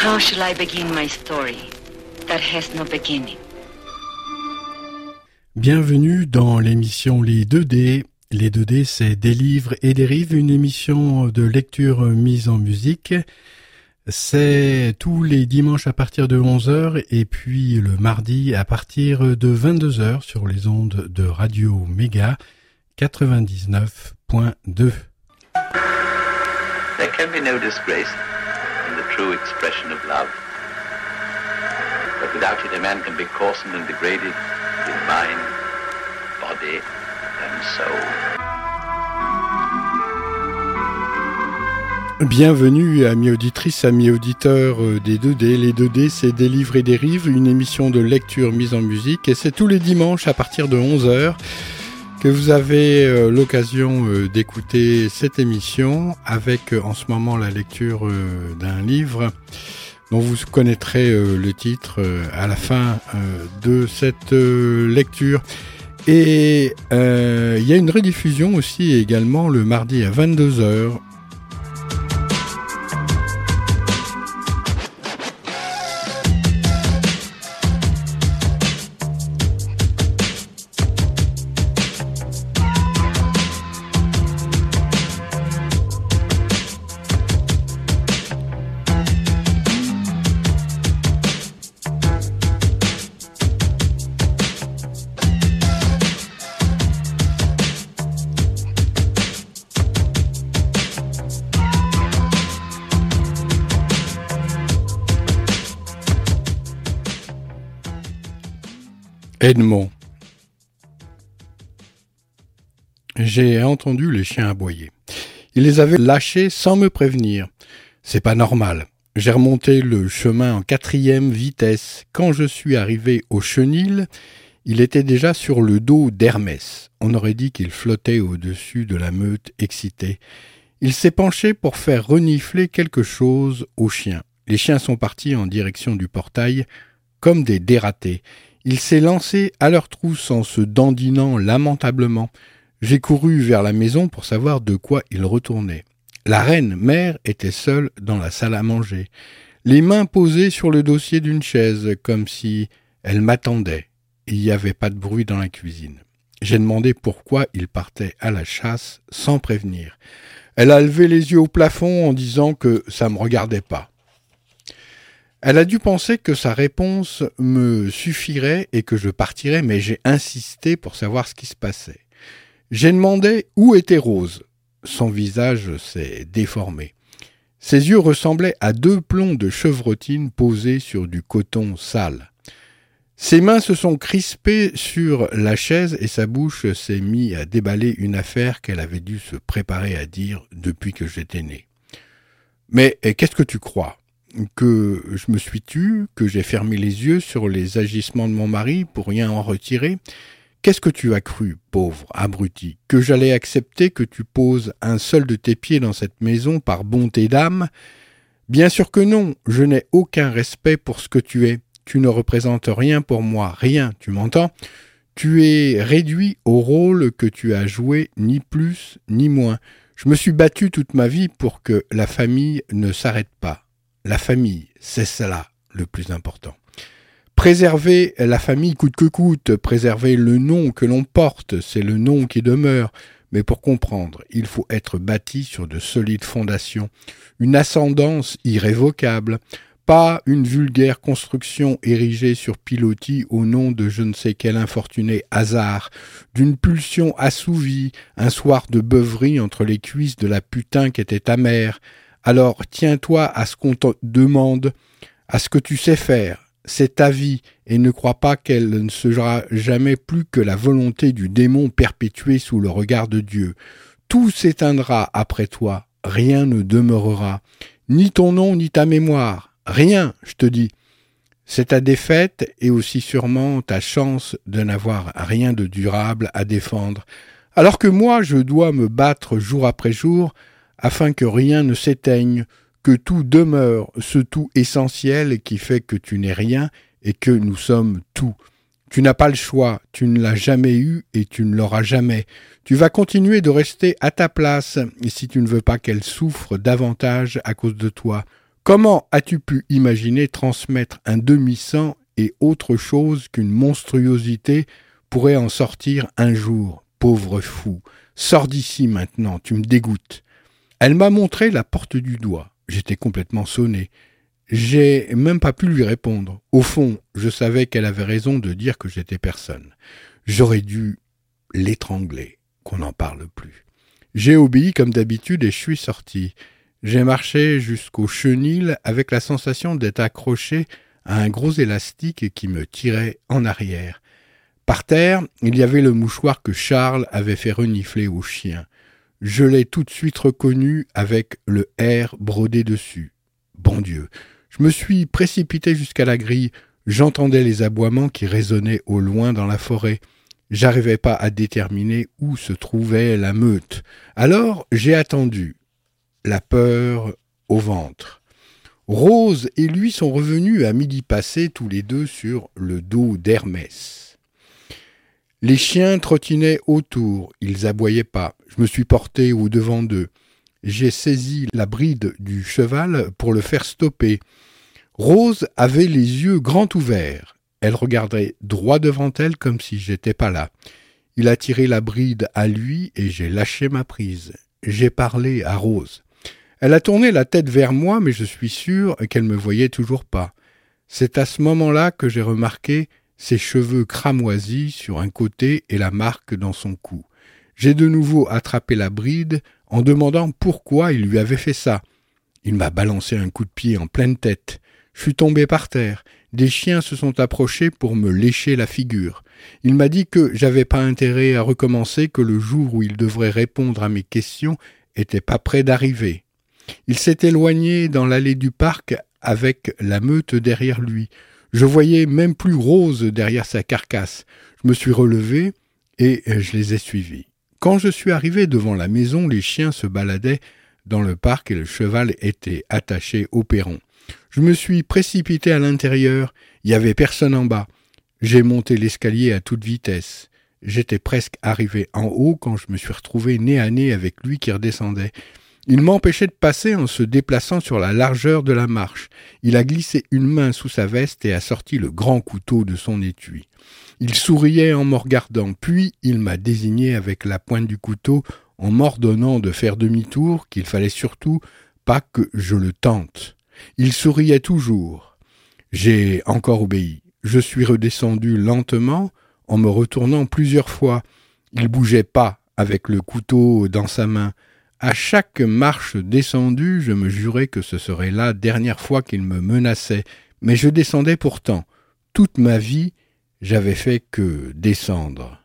How shall I begin my story that has no beginning? Bienvenue dans l'émission Les 2D. Les 2D, c'est Des livres et des rives, une émission de lecture mise en musique. C'est tous les dimanches à partir de 11h et puis le mardi à partir de 22h sur les ondes de Radio Méga 99.2. There can be no disgrace in the true expression of love. But without it a man can be coarsened and degraded in mind, body and soul. Bienvenue amis auditrices, amis auditeurs des 2D. Les 2D, c'est Des livres et des rives, une émission de lecture mise en musique. Et c'est tous les dimanches à partir de 11h que vous avez l'occasion d'écouter cette émission avec en ce moment la lecture d'un livre dont vous connaîtrez le titre à la fin de cette lecture. Et il y a une rediffusion aussi également le mardi à 22h. Edmond. J'ai entendu les chiens aboyer. Ils les avaient lâchés sans me prévenir. C'est pas normal. J'ai remonté le chemin en 4e vitesse. Quand je suis arrivé au chenil, il était déjà sur le dos d'Hermès. On aurait dit qu'il flottait au-dessus de la meute excitée. Il s'est penché pour faire renifler quelque chose aux chiens. Les chiens sont partis en direction du portail comme des dératés. Il s'est lancé à leur trousse en se dandinant lamentablement. J'ai couru vers la maison pour savoir de quoi il retournait. La reine mère était seule dans la salle à manger, les mains posées sur le dossier d'une chaise, comme si elle m'attendait. Il n'y avait pas de bruit dans la cuisine. J'ai demandé pourquoi il partait à la chasse sans prévenir. Elle a levé les yeux au plafond en disant que ça ne me regardait pas. Elle a dû penser que sa réponse me suffirait et que je partirais, mais j'ai insisté pour savoir ce qui se passait. J'ai demandé où était Rose. Son visage s'est déformé. Ses yeux ressemblaient à 2 plombs de chevrotine posés sur du coton sale. Ses mains se sont crispées sur la chaise et sa bouche s'est mise à déballer une affaire qu'elle avait dû se préparer à dire depuis que j'étais né. « Mais qu'est-ce que tu crois ? Que je me suis tu, que j'ai fermé les yeux sur les agissements de mon mari pour rien en retirer ? Qu'est-ce que tu as cru, pauvre abruti ? Que j'allais accepter que tu poses un seul de tes pieds dans cette maison par bonté d'âme ? Bien sûr que non, je n'ai aucun respect pour ce que tu es. Tu ne représentes rien pour moi, rien, tu m'entends ? Tu es réduit au rôle que tu as joué, ni plus ni moins. Je me suis battu toute ma vie pour que la famille ne s'arrête pas. La famille, c'est cela le plus important. Préserver la famille coûte que coûte, préserver le nom que l'on porte, c'est le nom qui demeure. Mais pour comprendre, il faut être bâti sur de solides fondations, une ascendance irrévocable, pas une vulgaire construction érigée sur pilotis au nom de je ne sais quel infortuné hasard, d'une pulsion assouvie, un soir de beuverie entre les cuisses de la putain qu'était ta mère. Alors tiens-toi à ce qu'on te demande, à ce que tu sais faire. C'est ta vie, et ne crois pas qu'elle ne sera jamais plus que la volonté du démon perpétuée sous le regard de Dieu. Tout s'éteindra après toi, rien ne demeurera, ni ton nom ni ta mémoire, rien, je te dis. C'est ta défaite et aussi sûrement ta chance de n'avoir rien de durable à défendre, alors que moi je dois me battre jour après jour afin que rien ne s'éteigne, que tout demeure, ce tout essentiel qui fait que tu n'es rien et que nous sommes tout. Tu n'as pas le choix, tu ne l'as jamais eu et tu ne l'auras jamais. Tu vas continuer de rester à ta place et si tu ne veux pas qu'elle souffre davantage à cause de toi, Comment as-tu pu imaginer transmettre un demi-sang et autre chose qu'une monstruosité pourrait en sortir un jour? Pauvre fou, sors d'ici maintenant, tu me dégoûtes. Elle m'a montré la porte du doigt. J'étais complètement sonné. J'ai même pas pu lui répondre. Au fond, je savais qu'elle avait raison de dire que j'étais personne. J'aurais dû l'étrangler, qu'on n'en parle plus. J'ai obéi comme d'habitude et je suis sorti. J'ai marché jusqu'au chenil avec la sensation d'être accroché à un gros élastique qui me tirait en arrière. Par terre, il y avait le mouchoir que Charles avait fait renifler au chien. Je l'ai tout de suite reconnu avec le R brodé dessus. Bon Dieu, je me suis précipité jusqu'à la grille. J'entendais les aboiements qui résonnaient au loin dans la forêt. J'arrivais pas à déterminer où se trouvait la meute. Alors j'ai attendu, la peur au ventre. Rose et lui sont revenus à midi passé tous les deux sur le dos d'Hermès. Les chiens trottinaient autour, ils aboyaient pas. Je me suis porté au-devant d'eux. J'ai saisi la bride du cheval pour le faire stopper. Rose avait les yeux grands ouverts. Elle regardait droit devant elle comme si j'étais pas là. Il a tiré la bride à lui et j'ai lâché ma prise. J'ai parlé à Rose. Elle a tourné la tête vers moi, mais je suis sûr qu'elle me voyait toujours pas. C'est à ce moment-là que j'ai remarqué ses cheveux cramoisis sur un côté et la marque dans son cou. J'ai de nouveau attrapé la bride en demandant pourquoi il lui avait fait ça. Il m'a balancé un coup de pied en pleine tête. Je suis tombé par terre. Des chiens se sont approchés pour me lécher la figure. Il m'a dit que j'avais pas intérêt à recommencer, que le jour où il devrait répondre à mes questions était pas près d'arriver. Il s'est éloigné dans l'allée du parc avec la meute derrière lui. Je voyais même plus Rose derrière sa carcasse. Je me suis relevé et je les ai suivis. Quand je suis arrivé devant la maison, les chiens se baladaient dans le parc et le cheval était attaché au perron. Je me suis précipité à l'intérieur. Il n'y avait personne en bas. J'ai monté l'escalier à toute vitesse. J'étais presque arrivé en haut quand je me suis retrouvé nez à nez avec lui qui redescendait. Il m'empêchait de passer en se déplaçant sur la largeur de la marche. Il a glissé une main sous sa veste et a sorti le grand couteau de son étui. Il souriait en me regardant, puis il m'a désigné avec la pointe du couteau en m'ordonnant de faire demi-tour, qu'il fallait surtout pas que je le tente. Il souriait toujours. J'ai encore obéi. Je suis redescendu lentement en me retournant plusieurs fois. Il bougeait pas avec le couteau dans sa main. À chaque marche descendue, je me jurais que ce serait la dernière fois qu'il me menaçait, mais je descendais pourtant. Toute ma vie, j'avais fait que descendre.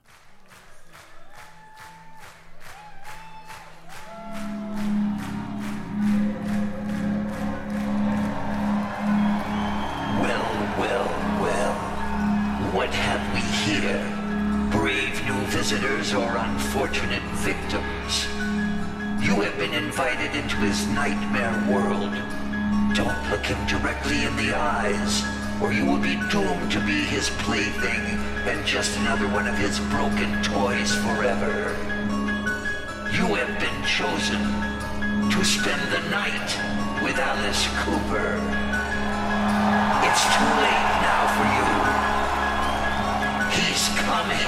What have we here? Brave new visitors or unfortunate victims? You have been invited into his nightmare world. Don't look him directly in the eyes, or you will be doomed to be his plaything and just another one of his broken toys forever. You have been chosen to spend the night with Alice Cooper. It's too late now for you. He's coming.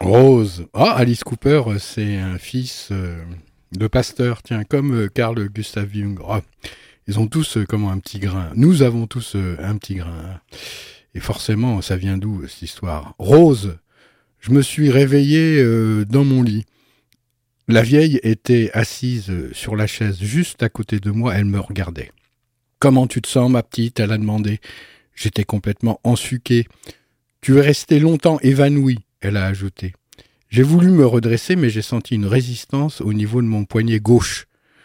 Rose. Ah, Alice Cooper, c'est un fils de pasteur, tiens, comme Carl Gustav Jung. Ah, ils ont tous comme un petit grain. Nous avons tous un petit grain. Et forcément, ça vient d'où, cette histoire? Rose. Je me suis réveillé dans mon lit. La vieille était assise sur la chaise juste à côté de moi, elle me regardait. « Comment tu te sens, ma petite ?» elle a demandé. J'étais complètement ensuqué. « Tu es restée longtemps évanouie ?» elle a ajouté. J'ai voulu me redresser, mais j'ai senti une résistance au niveau de mon poignet gauche.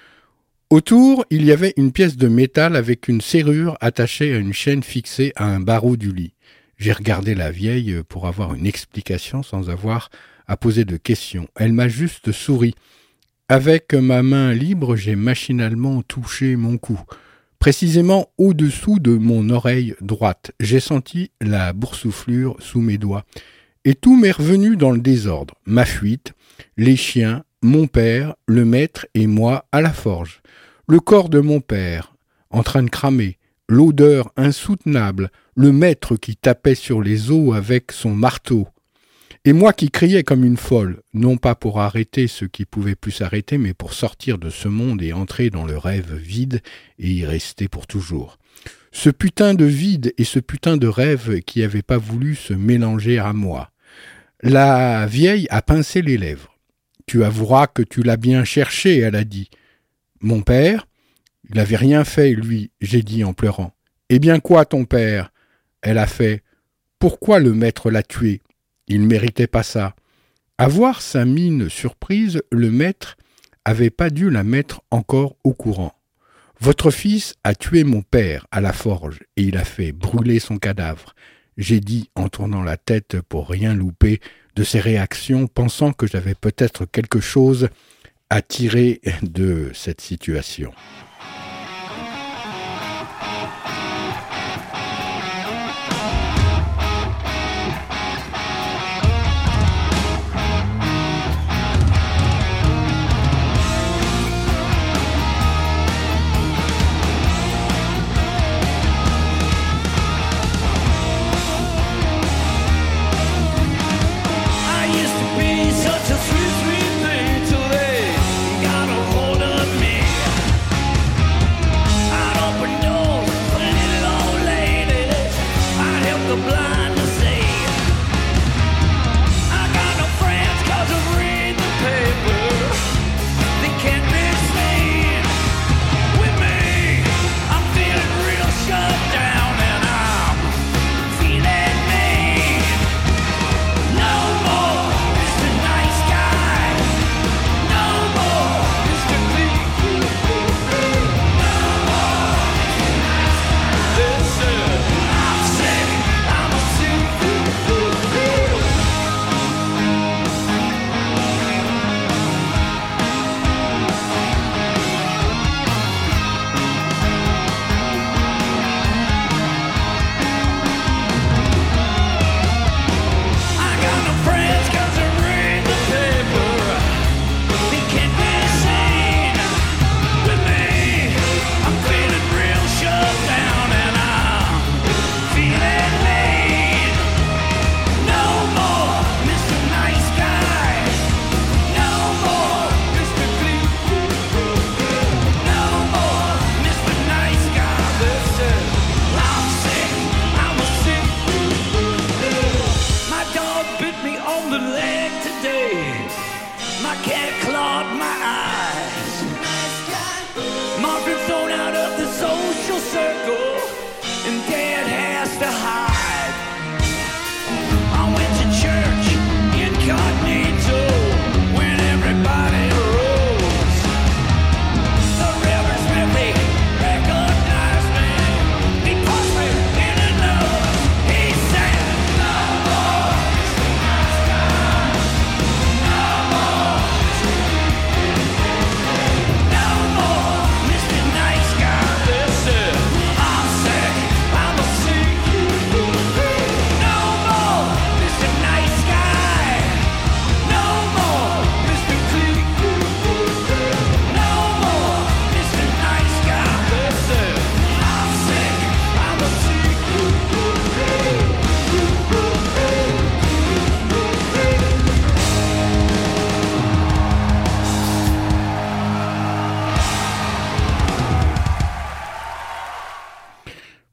Autour, il y avait une pièce de métal avec une serrure attachée à une chaîne fixée à un barreau du lit. J'ai regardé la vieille pour avoir une explication sans avoir à poser de questions. Elle m'a juste souri. Avec ma main libre, j'ai machinalement touché mon cou. Précisément au-dessous de mon oreille droite, j'ai senti la boursouflure sous mes doigts. Et tout m'est revenu dans le désordre. Ma fuite, les chiens, mon père, le maître et moi à la forge. Le corps de mon père, en train de cramer, l'odeur insoutenable, le maître qui tapait sur les os avec son marteau. Et moi qui criais comme une folle, non pas pour arrêter ce qui pouvait plus s'arrêter, mais pour sortir de ce monde et entrer dans le rêve vide et y rester pour toujours. Ce putain de vide et ce putain de rêve qui n'avait pas voulu se mélanger à moi. La vieille a pincé les lèvres. « Tu avoueras que tu l'as bien cherché, elle a dit. »« Mon père ? Il n'avait rien fait, lui, j'ai dit en pleurant. »« Eh bien quoi, ton père ?» Elle a fait. « Pourquoi le maître l'a tué ? Il ne méritait pas ça. » À voir sa mine surprise, le maître avait pas dû la mettre encore au courant. « Votre fils a tué mon père à la forge et il a fait brûler son cadavre. » J'ai dit en tournant la tête pour rien louper de ses réactions, pensant que j'avais peut-être quelque chose à tirer de cette situation.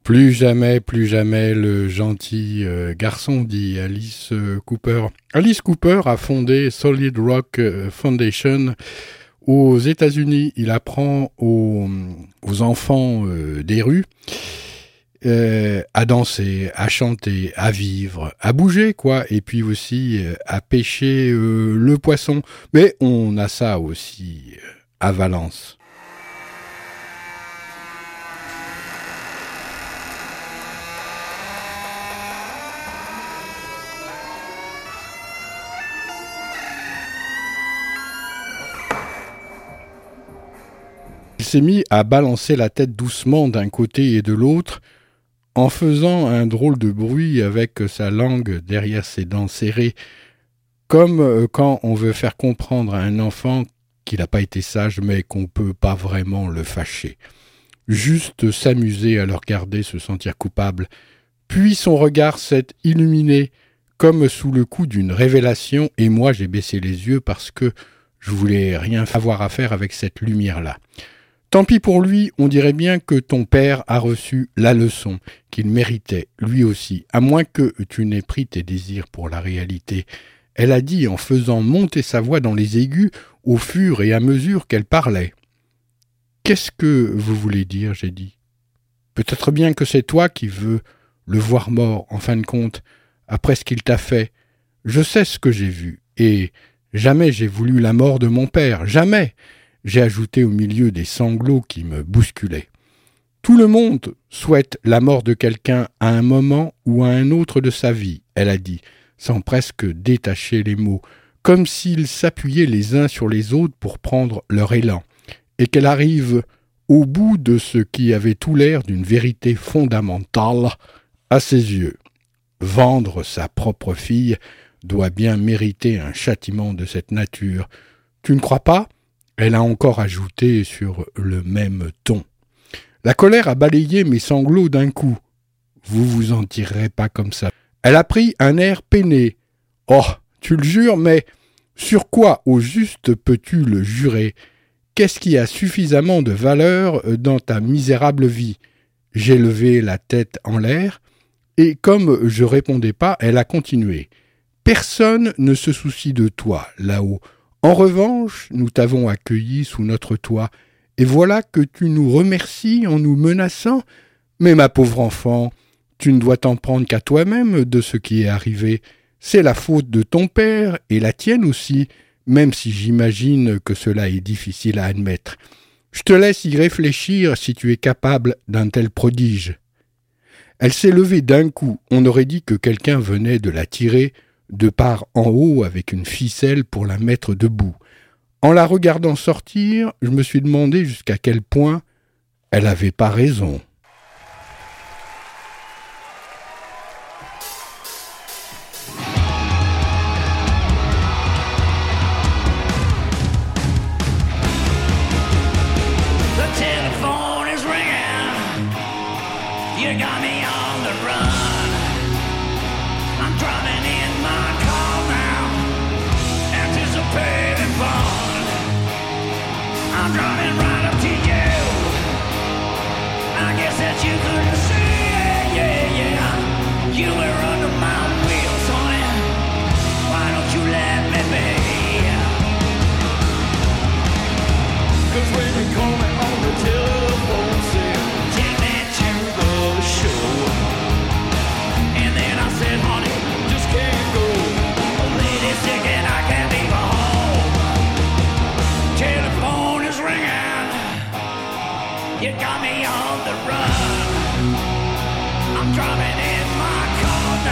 Plus jamais, le gentil garçon, dit Alice Cooper. Alice Cooper a fondé Solid Rock Foundation aux États-Unis. Il apprend aux enfants des rues à danser, à chanter, à vivre, à bouger, quoi, et puis aussi à pêcher le poisson. Mais on a ça aussi à Valence. Il s'est mis à balancer la tête doucement d'un côté et de l'autre, en faisant un drôle de bruit avec sa langue derrière ses dents serrées, comme quand on veut faire comprendre à un enfant qu'il n'a pas été sage, mais qu'on ne peut pas vraiment le fâcher. Juste s'amuser à le regarder se sentir coupable. Puis son regard s'est illuminé, comme sous le coup d'une révélation, et moi j'ai baissé les yeux parce que je voulais rien avoir à faire avec cette lumière-là. Tant pis pour lui, on dirait bien que ton père a reçu la leçon qu'il méritait, lui aussi, à moins que tu n'aies pris tes désirs pour la réalité. Elle a dit en faisant monter sa voix dans les aigus au fur et à mesure qu'elle parlait. « Qu'est-ce que vous voulez dire ?» j'ai dit. « Peut-être bien que c'est toi qui veux le voir mort, en fin de compte, après ce qu'il t'a fait. Je sais ce que j'ai vu, et jamais j'ai voulu la mort de mon père, jamais !» J'ai ajouté au milieu des sanglots qui me bousculaient. Tout le monde souhaite la mort de quelqu'un à un moment ou à un autre de sa vie, elle a dit, sans presque détacher les mots, comme s'ils s'appuyaient les uns sur les autres pour prendre leur élan, et qu'elle arrive au bout de ce qui avait tout l'air d'une vérité fondamentale à ses yeux. Vendre sa propre fille doit bien mériter un châtiment de cette nature. Tu ne crois pas ? Elle a encore ajouté sur le même ton. La colère a balayé mes sanglots d'un coup. Vous vous en tirerez pas comme ça. Elle a pris un air peiné. Oh, tu le jures, mais sur quoi au juste peux-tu le jurer ? Qu'est-ce qui a suffisamment de valeur dans ta misérable vie ? J'ai levé la tête en l'air, et comme je répondais pas, elle a continué. Personne ne se soucie de toi, là-haut. En revanche, nous t'avons accueilli sous notre toit, et voilà que tu nous remercies en nous menaçant. Mais ma pauvre enfant, tu ne dois t'en prendre qu'à toi-même de ce qui est arrivé. C'est la faute de ton père, et la tienne aussi, même si j'imagine que cela est difficile à admettre. Je te laisse y réfléchir si tu es capable d'un tel prodige. Elle s'est levée d'un coup, on aurait dit que quelqu'un venait de la tirer de part en haut avec une ficelle pour la mettre debout. En la regardant sortir, je me suis demandé jusqu'à quel point elle n'avait pas raison. You got me on the run. I'm driving in my car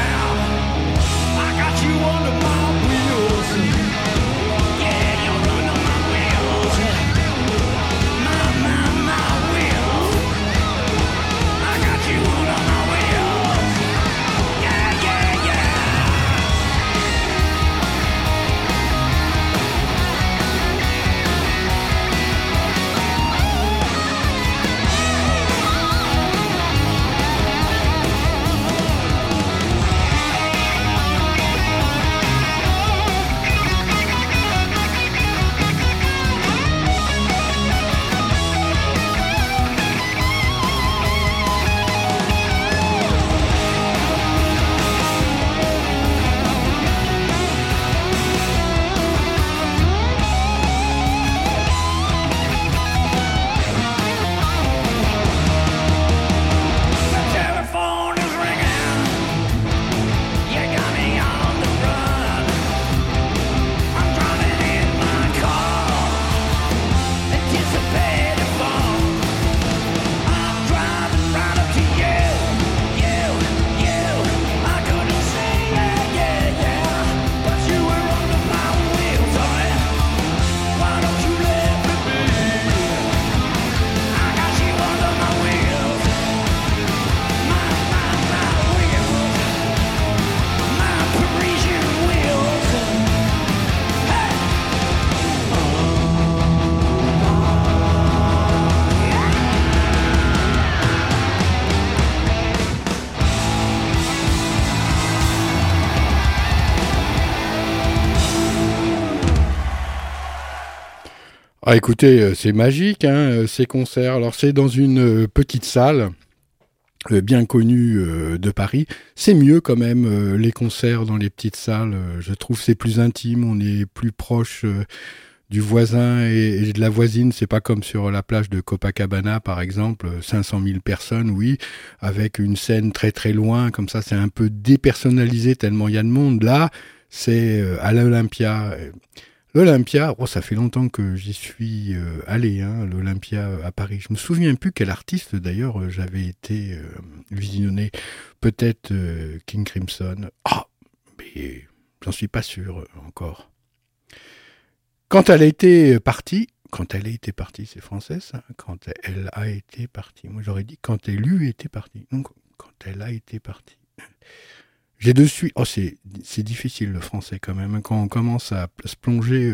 Ah, écoutez, c'est magique, hein, ces concerts. Alors, c'est dans une petite salle bien connue de Paris. C'est mieux quand même, les concerts dans les petites salles. Je trouve que c'est plus intime, on est plus proche du voisin et de la voisine. C'est pas comme sur la plage de Copacabana, par exemple, 500 000 personnes, oui, avec une scène très très loin. Comme ça, c'est un peu dépersonnalisé tellement il y a de monde. Là, c'est à l'Olympia. L'Olympia, ça fait longtemps que j'y suis allé, hein, l'Olympia à Paris. Je me souviens plus quel artiste d'ailleurs j'avais été visionné. Peut-être King Crimson. Ah, mais j'en suis pas sûr encore. Quand elle était partie, c'est français ça. Quand elle a été partie. Moi j'aurais dit quand elle eut été partie. Donc quand elle a été partie. J'ai de suite. Oh, c'est difficile le français quand même. Quand on commence à se plonger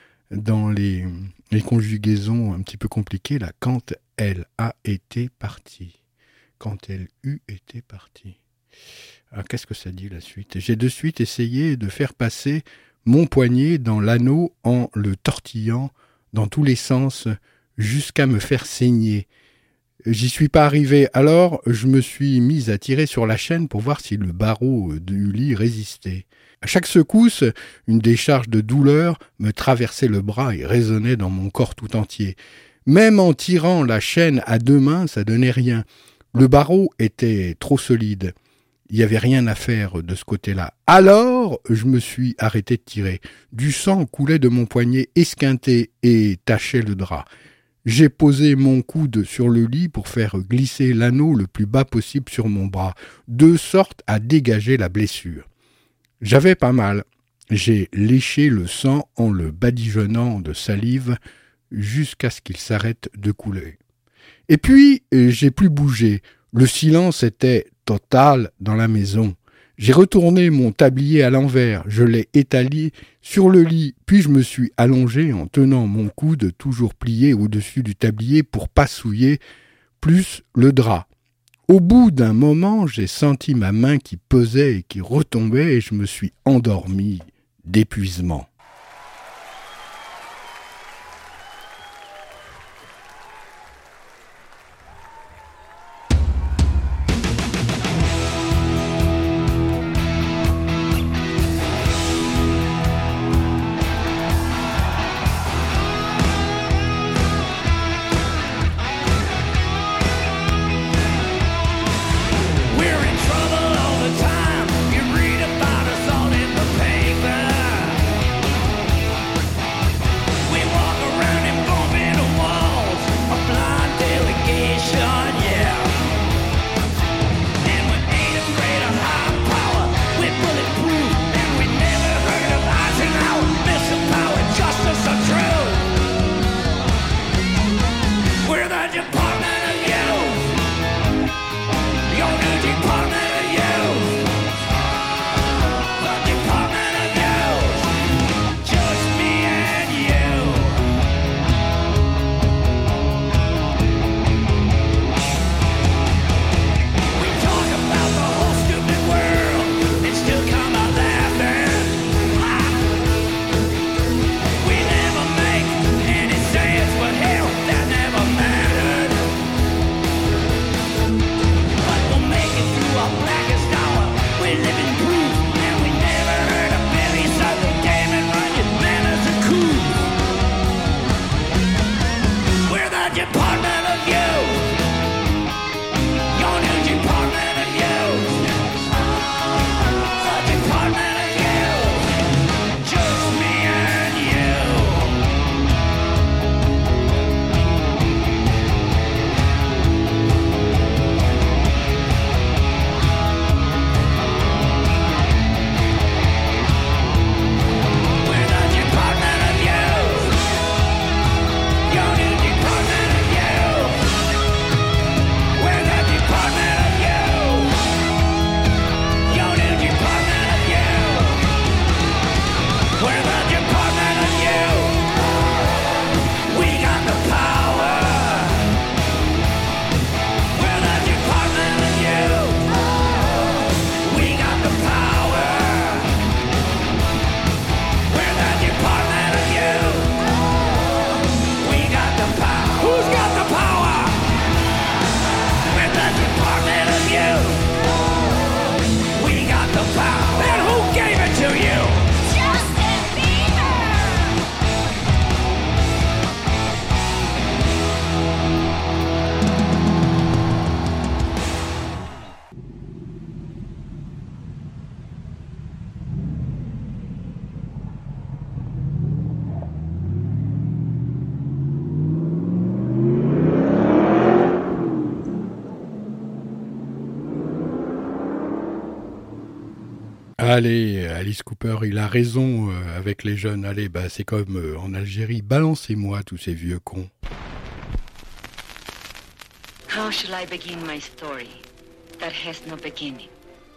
dans les conjugaisons un petit peu compliquées, là, quand elle a été partie. Quand elle eut été partie. Alors, qu'est-ce que ça dit la suite ? J'ai de suite essayé de faire passer mon poignet dans l'anneau en le tortillant dans tous les sens jusqu'à me faire saigner. J'y suis pas arrivé, alors je me suis mis à tirer sur la chaîne pour voir si le barreau du lit résistait. À chaque secousse, une décharge de douleur me traversait le bras et résonnait dans mon corps tout entier. Même en tirant la chaîne à deux mains, ça donnait rien. Le barreau était trop solide. Il n'y avait rien à faire de ce côté-là. Alors, je me suis arrêté de tirer. Du sang coulait de mon poignet esquinté et tachait le drap. J'ai posé mon coude sur le lit pour faire glisser l'anneau le plus bas possible sur mon bras, de sorte à dégager la blessure. J'avais pas mal. J'ai léché le sang en le badigeonnant de salive jusqu'à ce qu'il s'arrête de couler. Et puis, j'ai plus bougé. Le silence était total dans la maison. J'ai retourné mon tablier à l'envers, je l'ai étalé sur le lit, puis je me suis allongé en tenant mon coude toujours plié au-dessus du tablier pour pas souiller plus le drap. Au bout d'un moment, j'ai senti ma main qui pesait et qui retombait et je me suis endormi d'épuisement. We're in trouble all the time. You read about us all in the paper. Allez, Alice Cooper, il a raison avec les jeunes. Allez, c'est comme en Algérie. Balancez-moi tous ces vieux cons. How shall I begin my story that has no beginning?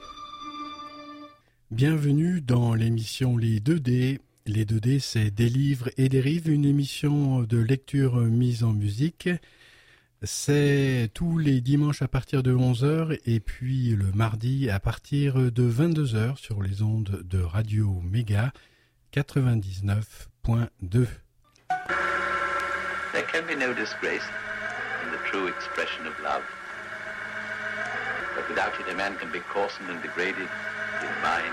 Bienvenue dans l'émission Les 2D. Les 2D, c'est Des livres et des rives, une émission de lecture mise en musique. C'est tous les dimanches à partir de 11h et puis le mardi à partir de 22h sur les ondes de Radio Méga 99.2. There can be no disgrace in the true expression of love. But without it, a man can be coarsened and degraded in mind,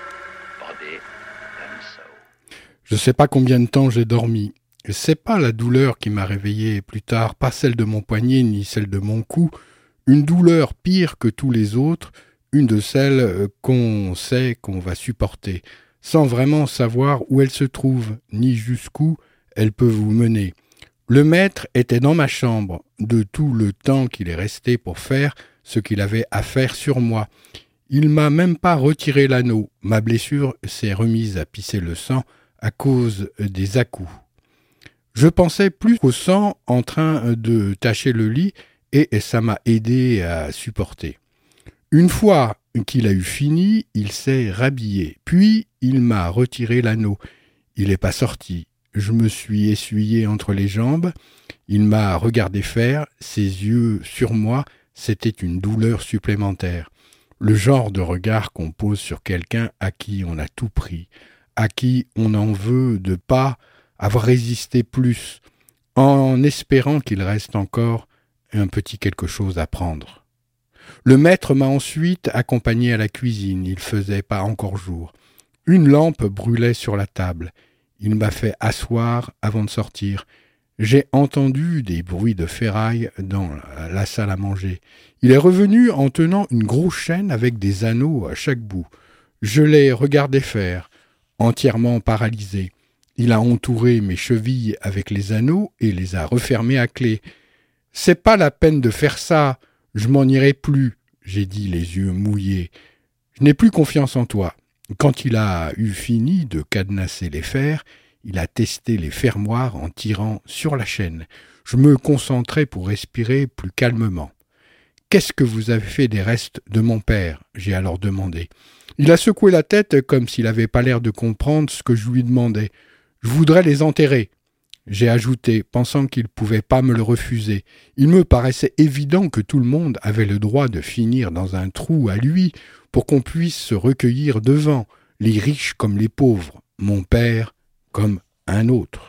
body and soul. Je sais pas combien de temps j'ai dormi. C'est pas la douleur qui m'a réveillé plus tard, pas celle de mon poignet ni celle de mon cou. Une douleur pire que tous les autres, une de celles qu'on sait qu'on va supporter, sans vraiment savoir où elle se trouve, ni jusqu'où elle peut vous mener. Le maître était dans ma chambre, de tout le temps qu'il est resté pour faire ce qu'il avait à faire sur moi. Il m'a même pas retiré l'anneau. Ma blessure s'est remise à pisser le sang à cause des à-coups. Je pensais plus qu'au sang en train de tacher le lit et ça m'a aidé à supporter. Une fois qu'il a eu fini, il s'est rhabillé. Puis il m'a retiré l'anneau. Il n'est pas sorti. Je me suis essuyé entre les jambes. Il m'a regardé faire. Ses yeux sur moi, c'était une douleur supplémentaire. Le genre de regard qu'on pose sur quelqu'un à qui on a tout pris, à qui on en veut de pas avoir résisté plus, en espérant qu'il reste encore un petit quelque chose à prendre. Le maître m'a ensuite accompagné à la cuisine, il faisait pas encore jour. Une lampe brûlait sur la table. Il m'a fait asseoir avant de sortir. J'ai entendu des bruits de ferraille dans la salle à manger. Il est revenu en tenant une grosse chaîne avec des anneaux à chaque bout. Je l'ai regardé faire, entièrement paralysé. Il a entouré mes chevilles avec les anneaux et les a refermés à clé. « C'est pas la peine de faire ça, je m'en irai plus, » j'ai dit les yeux mouillés. « Je n'ai plus confiance en toi. » Quand il a eu fini de cadenasser les fers, il a testé les fermoirs en tirant sur la chaîne. Je me concentrais pour respirer plus calmement. « Qu'est-ce que vous avez fait des restes de mon père ?» j'ai alors demandé. Il a secoué la tête comme s'il n'avait pas l'air de comprendre ce que je lui demandais. « Je voudrais les enterrer. » J'ai ajouté, pensant qu'il ne pouvait pas me le refuser. Il me paraissait évident que tout le monde avait le droit de finir dans un trou à lui pour qu'on puisse se recueillir devant, les riches comme les pauvres, mon père comme un autre.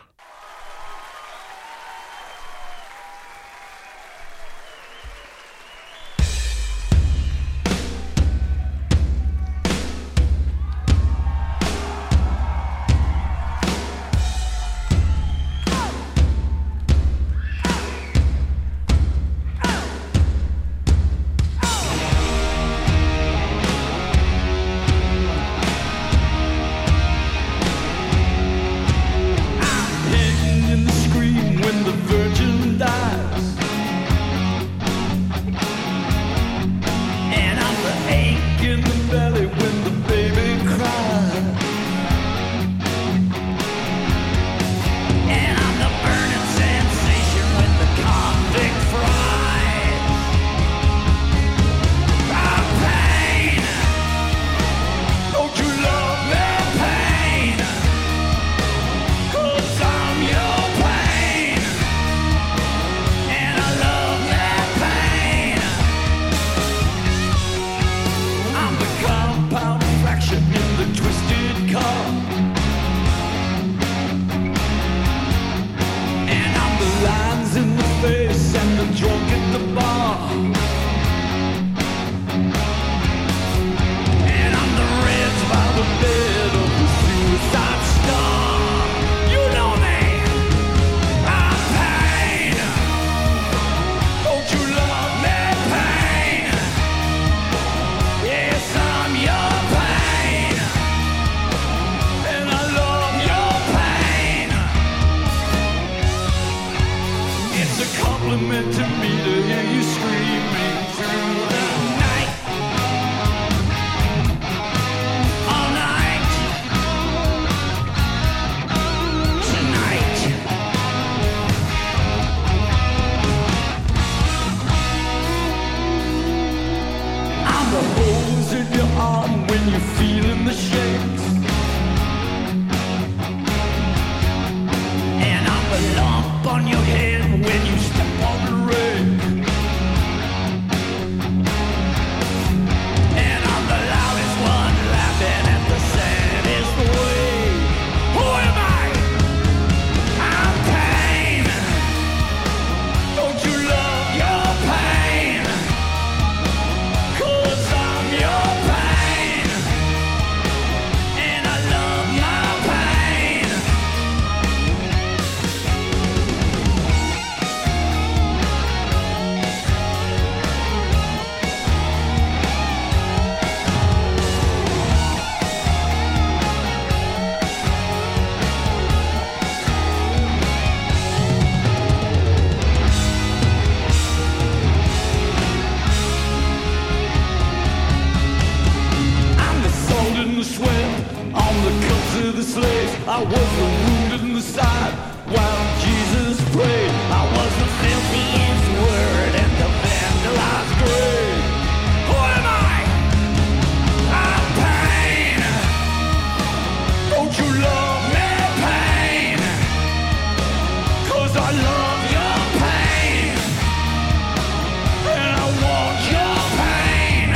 On on your head when you step on the red. And I'm the loudest one laughing at the saddest way. Who am I? I'm pain. Don't you love your pain? 'Cause I'm your pain. And I love my pain. I'm the salt and the sweat on the cups of the slaves. I was the wounded in the side while Jesus prayed. I was the filthiest word in the vandalized grave. Who am I? I'm pain. Don't you love me, pain? 'Cause I love your pain. And I want your pain.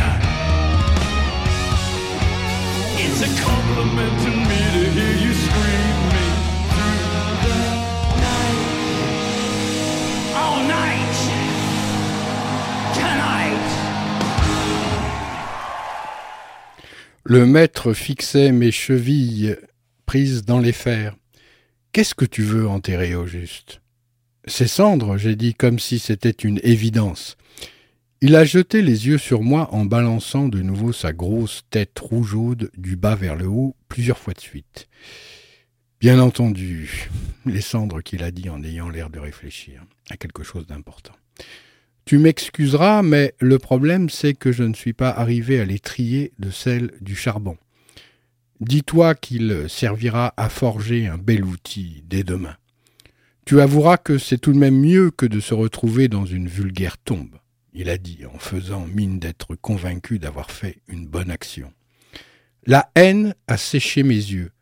It's a compliment to me to hear you scream me through the night. All night. Tonight. Le maître fixait mes chevilles prises dans les fers. Qu'est-ce que tu veux enterrer au juste ? Ces cendres, j'ai dit comme si c'était une évidence. Il a jeté les yeux sur moi en balançant de nouveau sa grosse tête rougeaude du bas vers le haut plusieurs fois de suite. Bien entendu, les cendres qu'il a dit en ayant l'air de réfléchir à quelque chose d'important. Tu m'excuseras, mais le problème c'est que je ne suis pas arrivé à les trier de celles du charbon. Dis-toi qu'il servira à forger un bel outil dès demain. Tu avoueras que c'est tout de même mieux que de se retrouver dans une vulgaire tombe, il a dit en faisant mine d'être convaincu d'avoir fait une bonne action. La haine a séché mes yeux.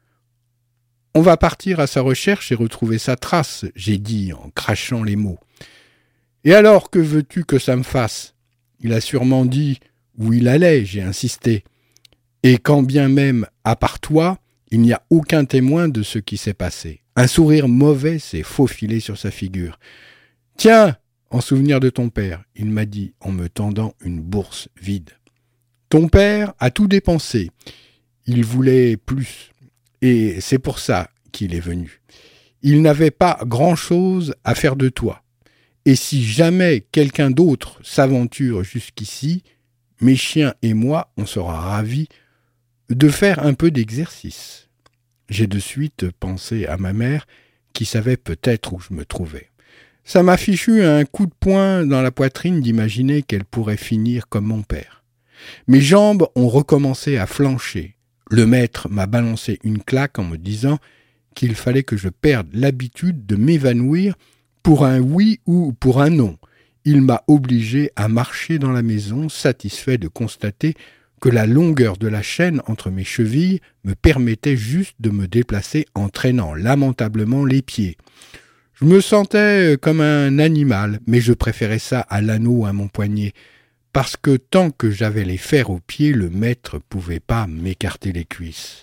On va partir à sa recherche et retrouver sa trace, j'ai dit en crachant les mots. Et alors, que veux-tu que ça me fasse ? Il a sûrement dit où il allait, j'ai insisté. Et quand bien même, à part toi, il n'y a aucun témoin de ce qui s'est passé. Un sourire mauvais s'est faufilé sur sa figure. « Tiens, en souvenir de ton père, il m'a dit en me tendant une bourse vide. Ton père a tout dépensé. Il voulait plus. Et c'est pour ça qu'il est venu. Il n'avait pas grand-chose à faire de toi. Et si jamais quelqu'un d'autre s'aventure jusqu'ici, mes chiens et moi, on sera ravis de faire un peu d'exercice. » J'ai de suite pensé à ma mère, qui savait peut-être où je me trouvais. Ça m'a fichu un coup de poing dans la poitrine d'imaginer qu'elle pourrait finir comme mon père. Mes jambes ont recommencé à flancher. Le maître m'a balancé une claque en me disant qu'il fallait que je perde l'habitude de m'évanouir pour un oui ou pour un non. Il m'a obligé à marcher dans la maison, satisfait de constater que la longueur de la chaîne entre mes chevilles me permettait juste de me déplacer en traînant lamentablement les pieds. Je me sentais comme un animal, mais je préférais ça à l'anneau à mon poignet, parce que tant que j'avais les fers aux pieds, le maître pouvait pas m'écarter les cuisses.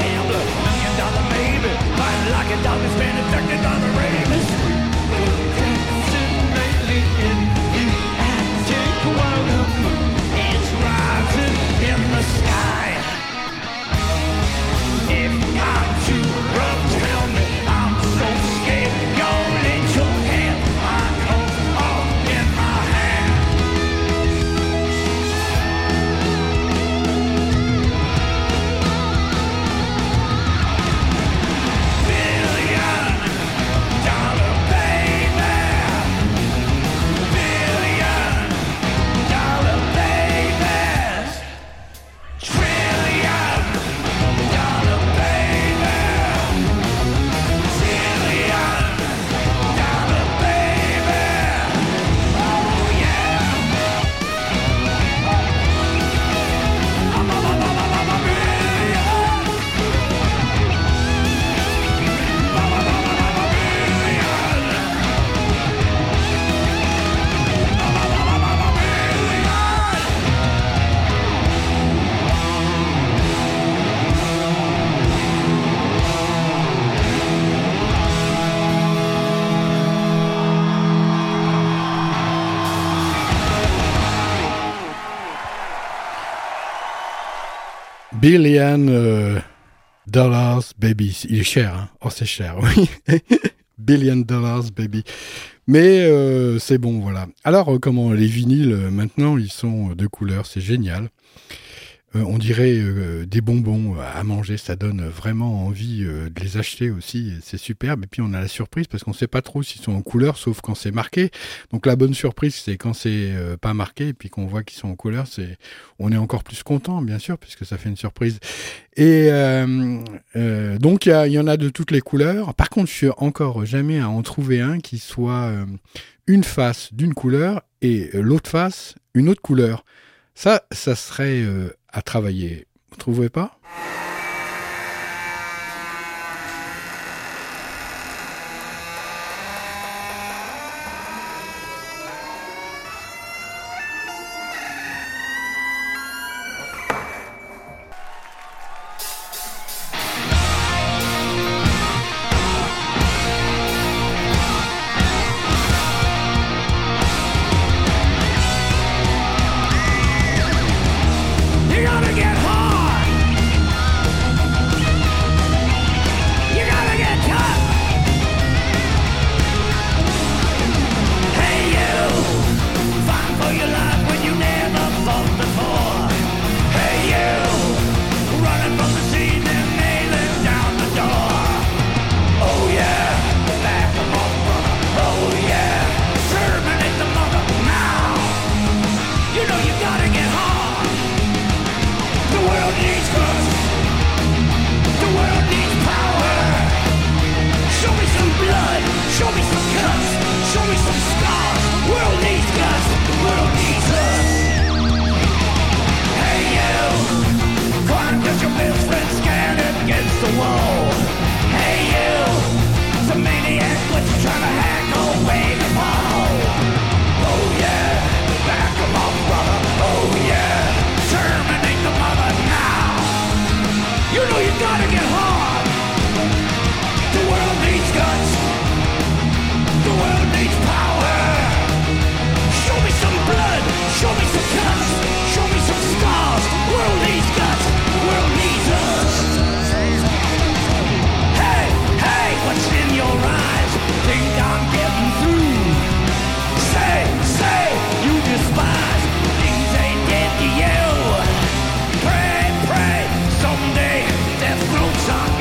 gambler, $1 million maybe. Fighting like a dog that's been infected by the rabies. Dancing lately in the Arctic while the moon is rising in the sky. If I'm too rough, tell me I'm so scared. Go let your hand, my coat all in my hand. $1 billion, baby. Il est cher, hein. Oh, c'est cher, oui. $1 billion, baby. Mais c'est bon, voilà. Alors, comment les vinyles, maintenant, ils sont de couleur, c'est génial. On dirait des bonbons à manger, ça donne vraiment envie de les acheter aussi, et c'est superbe. Et puis on a la surprise parce qu'on ne sait pas trop s'ils sont en couleur, sauf quand c'est marqué. Donc la bonne surprise, c'est quand c'est pas marqué et puis qu'on voit qu'ils sont en couleur, on est encore plus content, bien sûr, puisque ça fait une surprise. Et donc il y en a de toutes les couleurs. Par contre, je suis encore jamais à en trouver un qui soit une face d'une couleur et l'autre face une autre couleur. Ça serait à travailler. Vous trouvez pas ? Someday death floats on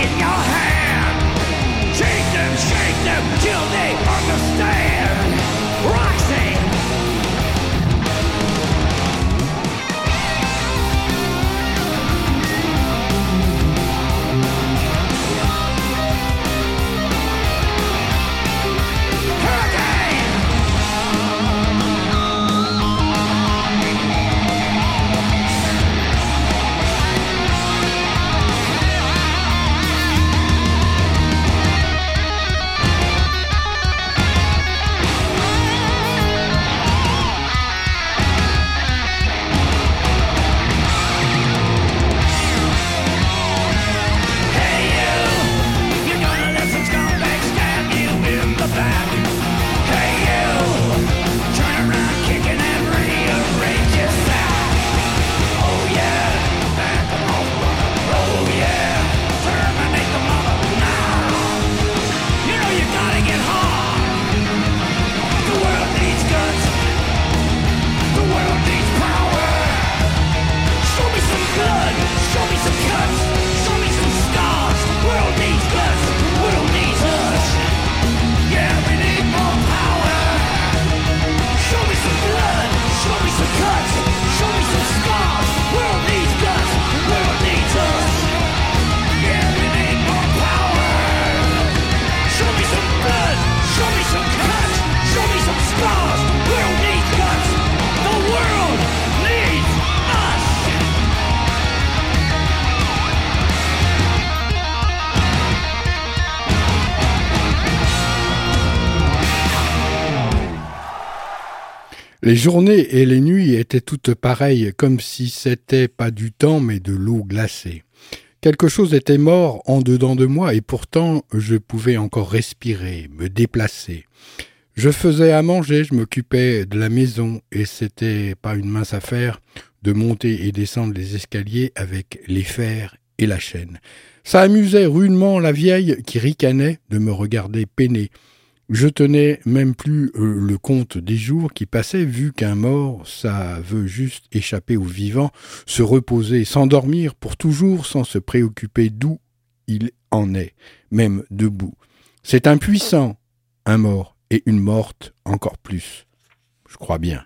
Les journées et les nuits étaient toutes pareilles, comme si c'était pas du temps mais de l'eau glacée. Quelque chose était mort en dedans de moi et pourtant je pouvais encore respirer, me déplacer. Je faisais à manger, je m'occupais de la maison et c'était pas une mince affaire de monter et descendre les escaliers avec les fers et la chaîne. Ça amusait rudement la vieille qui ricanait de me regarder peiner. Je tenais même plus le compte des jours qui passaient, vu qu'un mort, ça veut juste échapper aux vivants, se reposer, s'endormir pour toujours sans se préoccuper d'où il en est, même debout. C'est impuissant, un mort, et une morte encore plus. Je crois bien.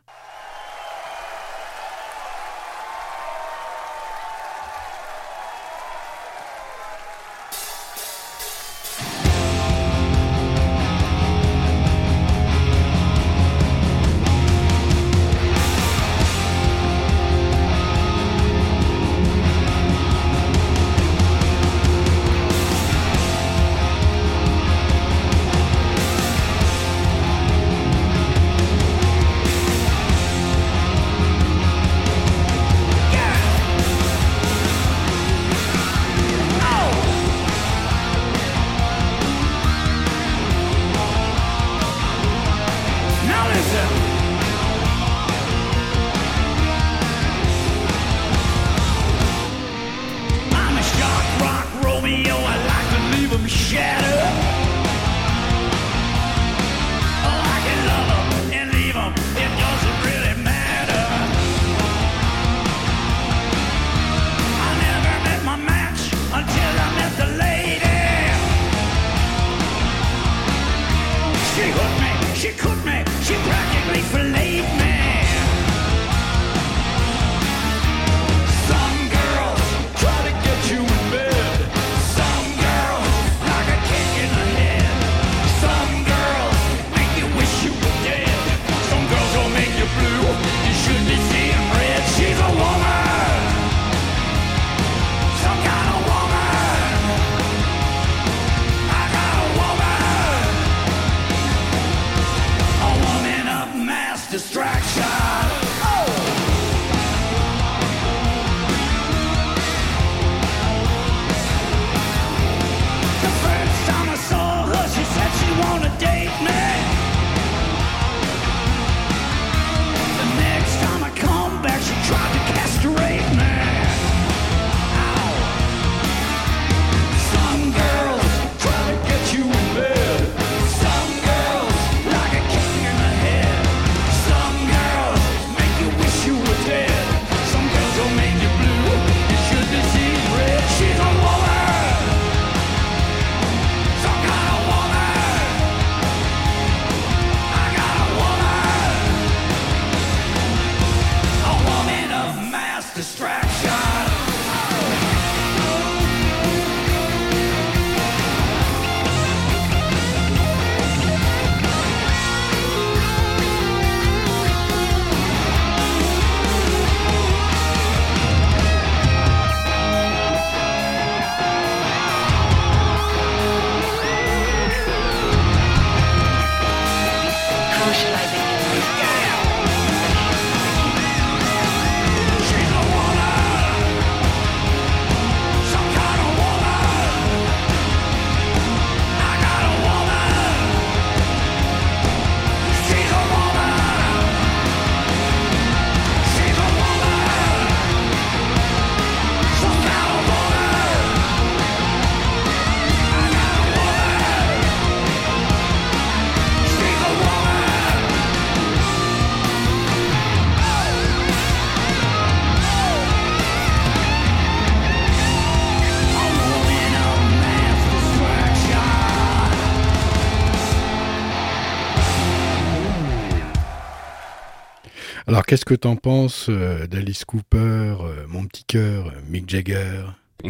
Alors, qu'est-ce que t'en penses d'Alice Cooper, mon petit cœur, Mick Jagger?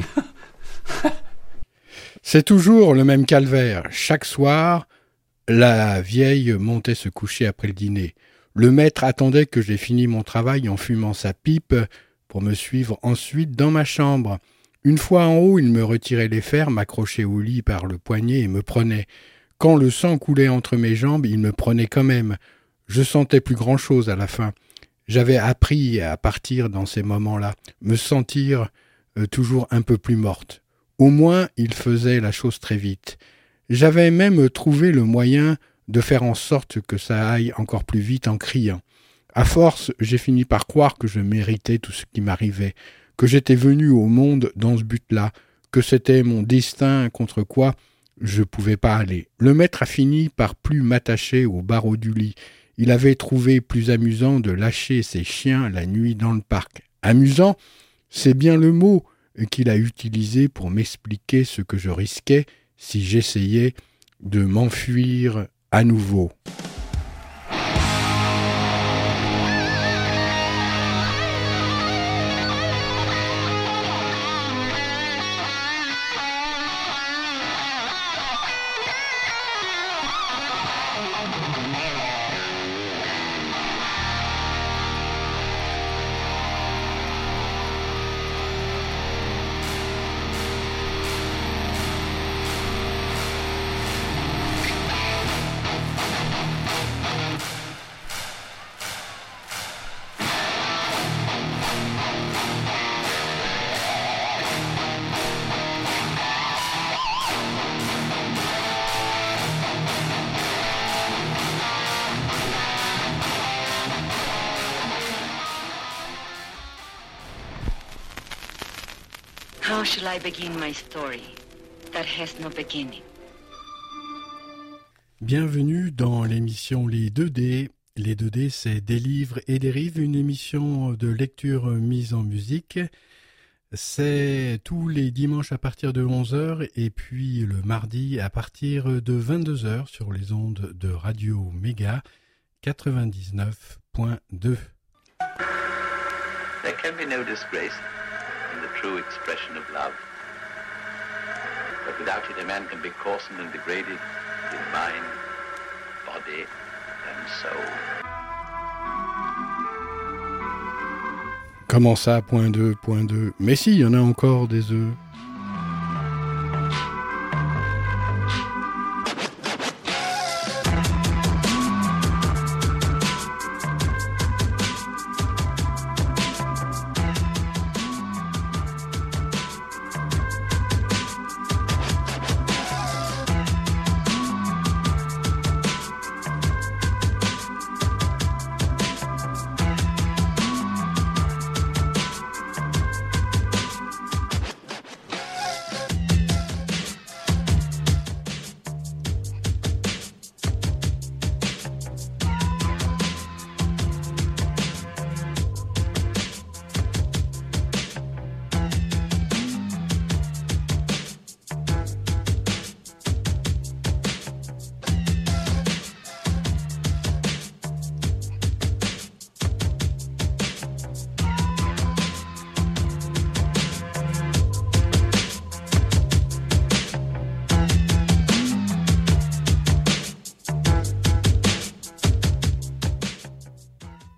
C'est toujours le même calvaire. Chaque soir, la vieille montait se coucher après le dîner. Le maître attendait que j'ai fini mon travail en fumant sa pipe pour me suivre ensuite dans ma chambre. Une fois en haut, il me retirait les fers, m'accrochait au lit par le poignet et me prenait. Quand le sang coulait entre mes jambes, il me prenait quand même. Je sentais plus grand-chose à la fin. J'avais appris à partir dans ces moments-là, me sentir toujours un peu plus morte. Au moins, il faisait la chose très vite. J'avais même trouvé le moyen de faire en sorte que ça aille encore plus vite en criant. À force, j'ai fini par croire que je méritais tout ce qui m'arrivait, que j'étais venu au monde dans ce but-là, que c'était mon destin contre quoi je ne pouvais pas aller. Le maître a fini par plus m'attacher au barreau du lit. Il avait trouvé plus amusant de lâcher ses chiens la nuit dans le parc. Amusant, c'est bien le mot qu'il a utilisé pour m'expliquer ce que je risquais si j'essayais de m'enfuir à nouveau. How shall I begin my story that has no beginning? Bienvenue dans l'émission Les 2D. Les 2D, c'est Des livres et des rives, une émission de lecture mise en musique. C'est tous les dimanches à partir de 11h et puis le mardi à partir de 22h sur les ondes de Radio Méga 99.2. There can be no disgrace in the true expression of love. But without it, a man can be coarsened and degraded in mind, body, and soul. Comment ça, point 2, point 2 ? Mais si, il y en a encore des œufs.